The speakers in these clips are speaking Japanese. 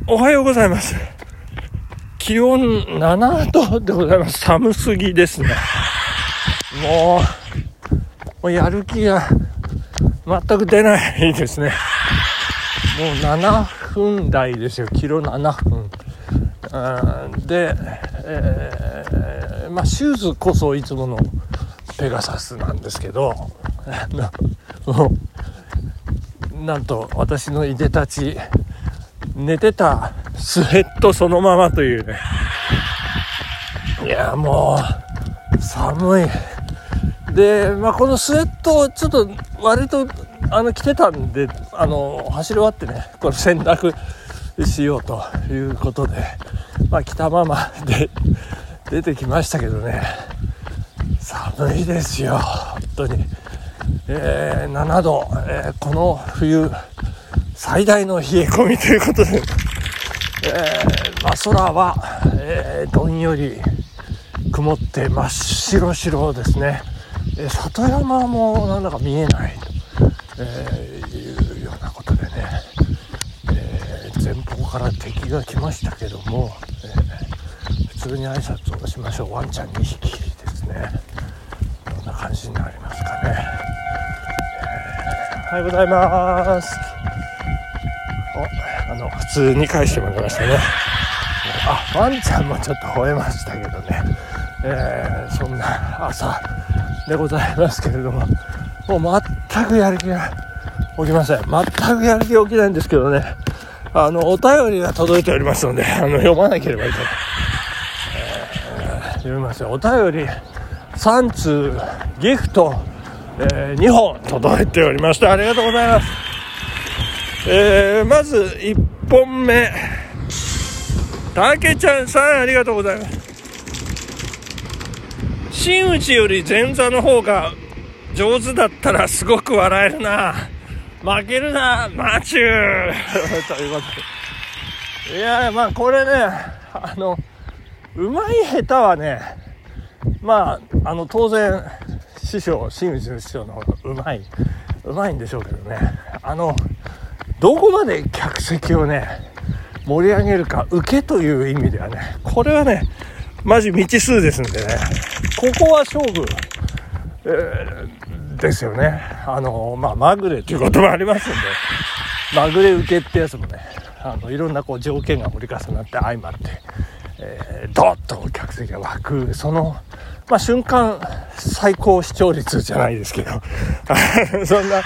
おはようございます。気温7度でございます。寒すぎですね。もうやる気が全く出ないですね。もう7分台ですよ。キロ7分で、シューズこそいつものペガサスなんですけどなんと私のいでたち寝てたスウェットそのままというね。いやもう寒いで、このスウェットをちょっと割と着てたんで走り終わってね、これ洗濯しようということで、着たままで出てきましたけどね、寒いですよ本当に。7度、この冬最大の冷え込みということで、空は、どんより曇って真っ白白ですね。里山もなんだか見えないと、いうようなことでね、前方から敵が来ましたけども、普通に挨拶をしましょう。ワンちゃん2匹ですね。こんな感じになりますかね。おはようございます。普通に返してもらいましたね。ワンちゃんもちょっと吠えましたけどね、そんな朝でございますけれども、もう全くやる気が起きません。全くやる気が起きないんですけどね、お便りが届いておりますので読まなければいけない、読みますよ。お便り3通ギフト、2本届いておりまして、ありがとうございます。まず1本目、たけちゃんさんありがとうございます。真打ちより前座の方が上手だったらすごく笑えるな、負けるなマチューということで、いやこれね、うまい下手はね、当然師匠、真打ちの師匠の方がうまいんでしょうけどね、どこまで客席をね盛り上げるか、受けという意味ではね、これはねマジ未知数ですんでね、ここは勝負、ですよね。まぐれということもありますんで、まぐれ受けってやつもね、いろんな条件が折り重なって相まって、ドッと客席が湧く、その瞬間最高視聴率じゃないですけどそんな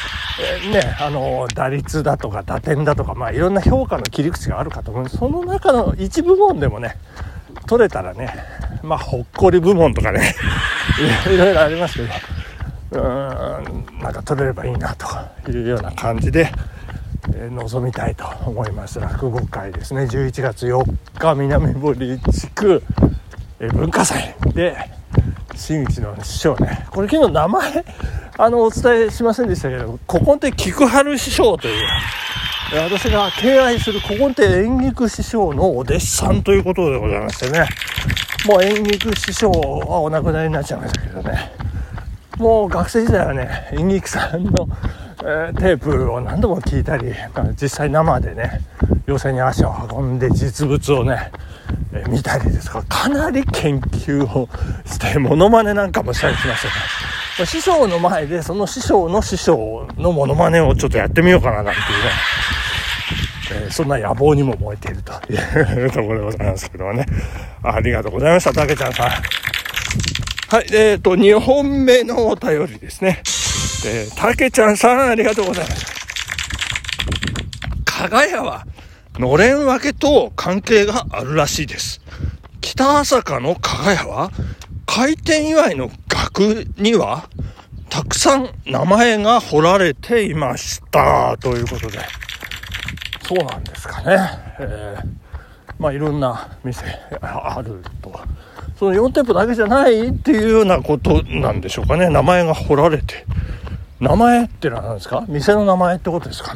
打率だとか打点だとか、いろんな評価の切り口があるかと思うんです。その中の一部門でもね取れたらね、ほっこり部門とかねいろいろありますけど、なんか取れればいいなというような感じで、臨みたいと思います。落語会ですね、11月4日南堀地区、文化祭で真打ちの師匠ね、これ昨日名前お伝えしませんでしたけど、古今亭菊春師匠という私が敬愛する古今亭演劇師匠のお弟子さんということでございましてね、もう演劇師匠はお亡くなりになっちゃいましたけどね、もう学生時代はね演劇さんの、テープを何度も聞いたり、実際生でね寄席に足を運んで実物をね、見たりですから、かなり研究をしてモノマネなんかもしたりしましたね。師匠の前でその師匠の師匠のモノマネをちょっとやってみようかななんていうね、そんな野望にも燃えているというところでございますけどもね、ありがとうございました、たけちゃんさん。はい、2本目のお便りですね。たけちゃんさんありがとうございます。加賀屋はのれん分けと関係があるらしいです。北朝霞の加賀屋は開店祝いの額にはたくさん名前が彫られていましたということで、そうなんですかね。いろんな店あると、その4店舗だけじゃないっていうようなことなんでしょうかね。名前が彫られて、名前ってのは何ですか、店の名前ってことですかね。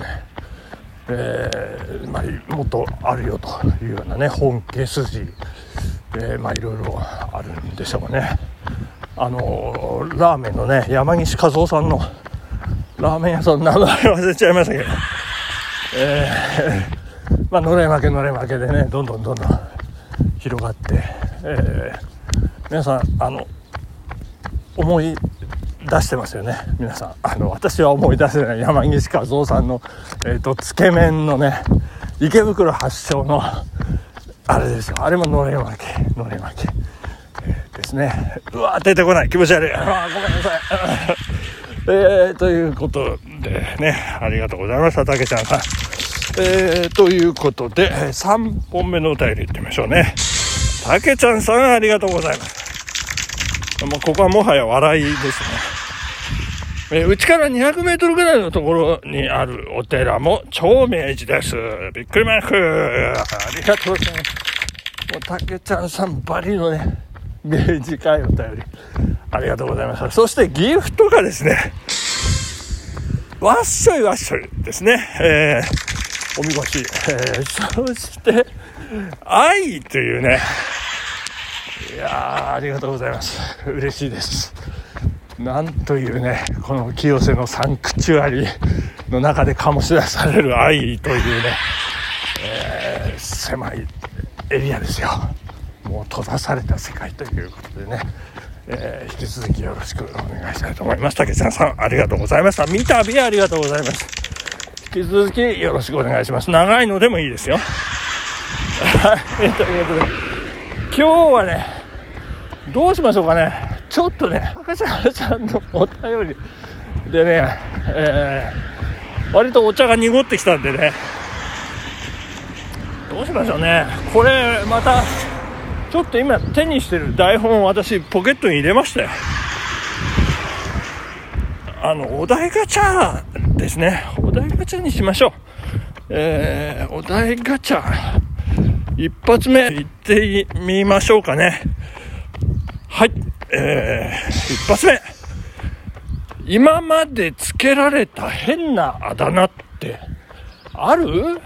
もっとあるよというようなね、本家筋、いろいろあるんでしょうね。ラーメンのね、山岸和夫さんのラーメン屋さんの名前忘れちゃいましたけど、 のれん分けでねどんどん広がって、皆さん思い出してますよね。皆さん私は思い出せない山岸和夫さんの、つけ麺のね池袋発祥のあれですよ。あれものれん分け、ですね。うわ出てこない、気持ち悪い、ごめんなさいということでね、ありがとうございました、たけちゃんさん。ということで3本目のお便りいってみましょうね。たけちゃんさんありがとうございます。もうここはもはや笑いですね。うちから200メートルぐらいのところにあるお寺も超明治です。びっくりマーク。ありがとうございます。もうたけちゃんさんばりのね短いお便りありがとうございました。そしてギフトがですね、わっしょいですね。おみこし、そして愛というね、いやありがとうございます。嬉しいです。なんというね、この清瀬のサンクチュアリの中で醸し出される愛というね、狭いエリアですよ。もう閉ざされた世界ということでね、引き続きよろしくお願いしたいと思います。たけちゃんさんありがとうございました。三度ありがとうございます。引き続きよろしくお願いします。長いのでもいいですよ。ということで今日はねどうしましょうかね。ちょっとね赤ちゃんのお便りでね、割とお茶が濁ってきたんでね、どうしましょうね。これまたちょっと今手にしてる台本を私ポケットに入れましたよ。お題ガチャですね。お題ガチャにしましょう。お題ガチャ一発目いってみましょうかね。はい、一発目、今までつけられた変なあだ名ってある？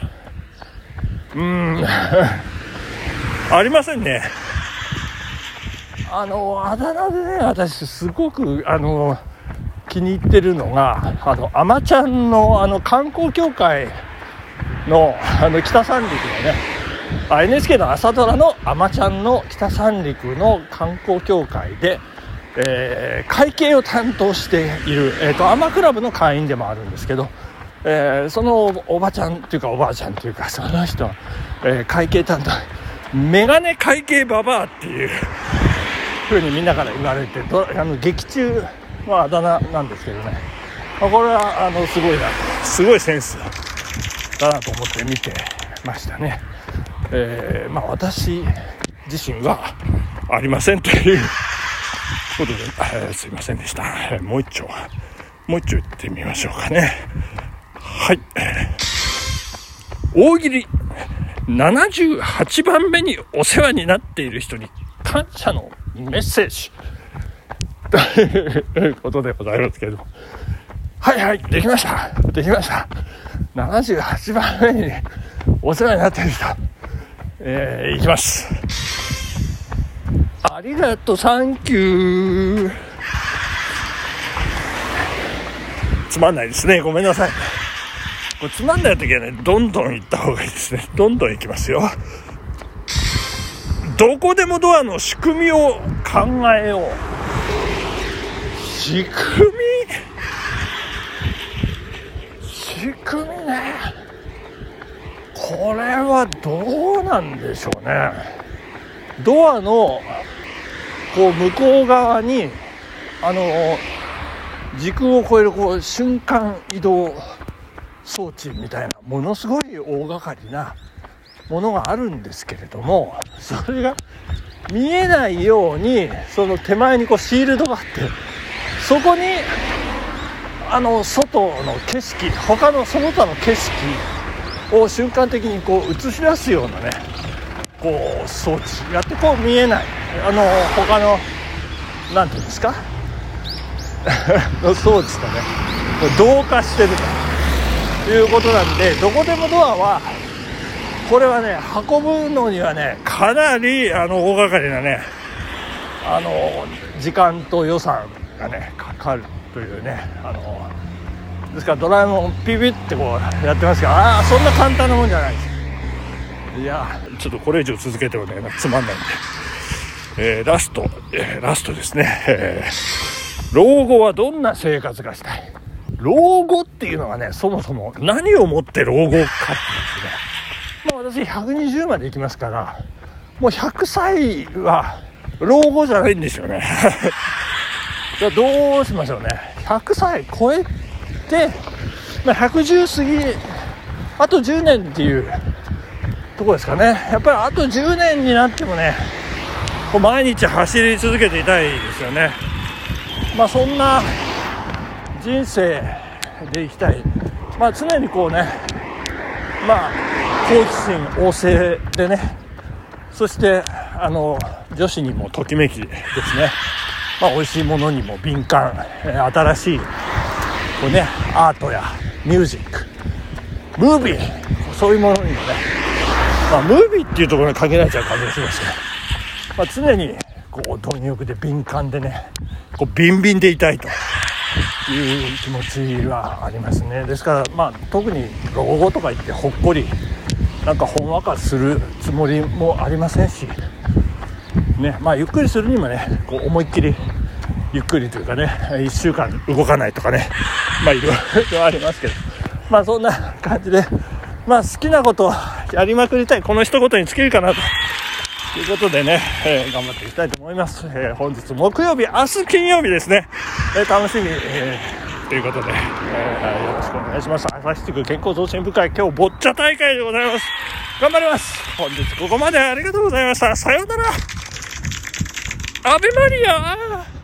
ありませんね。あだ名でね、私すごく気に入ってるのがアマちゃんの観光協会の北三陸のね、NHK の朝ドラのアマちゃんの北三陸の観光協会で、会計を担当している、アマクラブの会員でもあるんですけど、そのおばちゃんっていうかおばあちゃんっていうかその人は、会計担当メガネ会計ババアっていう風にみんなから言われて、劇中のあだ名なんですけどね、これはすごいセンスだなと思って見てましたね。私自身はありませんということで、すいませんでした。もう一丁言ってみましょうかね。はい、大喜利78番目にお世話になっている人に感謝のメッセージということでございますけど、はいできました78番目にお世話になっている人、いきます。ありがとう、サンキュー。つまんないですね、ごめんなさい。これつまんない時はね、どんどん行った方がいいですね。どんどん行きますよ。どこでもドアの仕組みを考えよう。仕組みね。これはどうなんでしょうね。ドアの向こう側に時空を超える瞬間移動装置みたいなものすごい大掛かりなものがあるんですけれども、それが見えないようにその手前にシールドがあって、そこに外の景色、他のその他の景色を瞬間的に映し出すようなね装置やって見えない他のなんていうんですかの装置とね同化してるということなんで、どこでもドアはこれはね運ぶのにはねかなり大掛かりなね時間と予算がねかかるというねですからドラえもんピピってやってますけど、そんな簡単なもんじゃないです。 いやちょっとこれ以上続けてもねつまんないんで、ラストですね、老後はどんな生活がしたい。老後っていうのはね、そもそも何をもって老後かっていうですね、私120まで行きますから、もう100歳は老後じゃないんですよねじゃあどうしましょうね。100歳超えて、110過ぎ、あと10年っていうところですかね。やっぱりあと10年になってもね、毎日走り続けていたいですよね。そんな人生でいきたい。常にこうね、好奇心旺盛でね、そして女子にもときめきですね。美味しいものにも敏感、新しいこうね、アートやミュージック、ムービー、そういうものにもね、ムービーっていうところに限られちゃう感じがしますけど、常にこう貪欲で敏感でね、こうビンビンでいたいという気持ちはありますね。ですから特に老後とか言ってほっこりなんかほんわかするつもりもありませんしね、ゆっくりするにもね、こう思いっきりゆっくりというかね、1週間動かないとかね、いろいろありますけど、そんな感じで、好きなことやりまくりたい、この一言に尽きるかなということでね、頑張っていきたいと思います。本日木曜日、明日金曜日ですね、楽しみ、ということで、よろしくお願いします。朝日地区健康増進部会、今日ボッチャ大会でございます。頑張ります。本日ここまでありがとうございました。さようなら。アベマリア。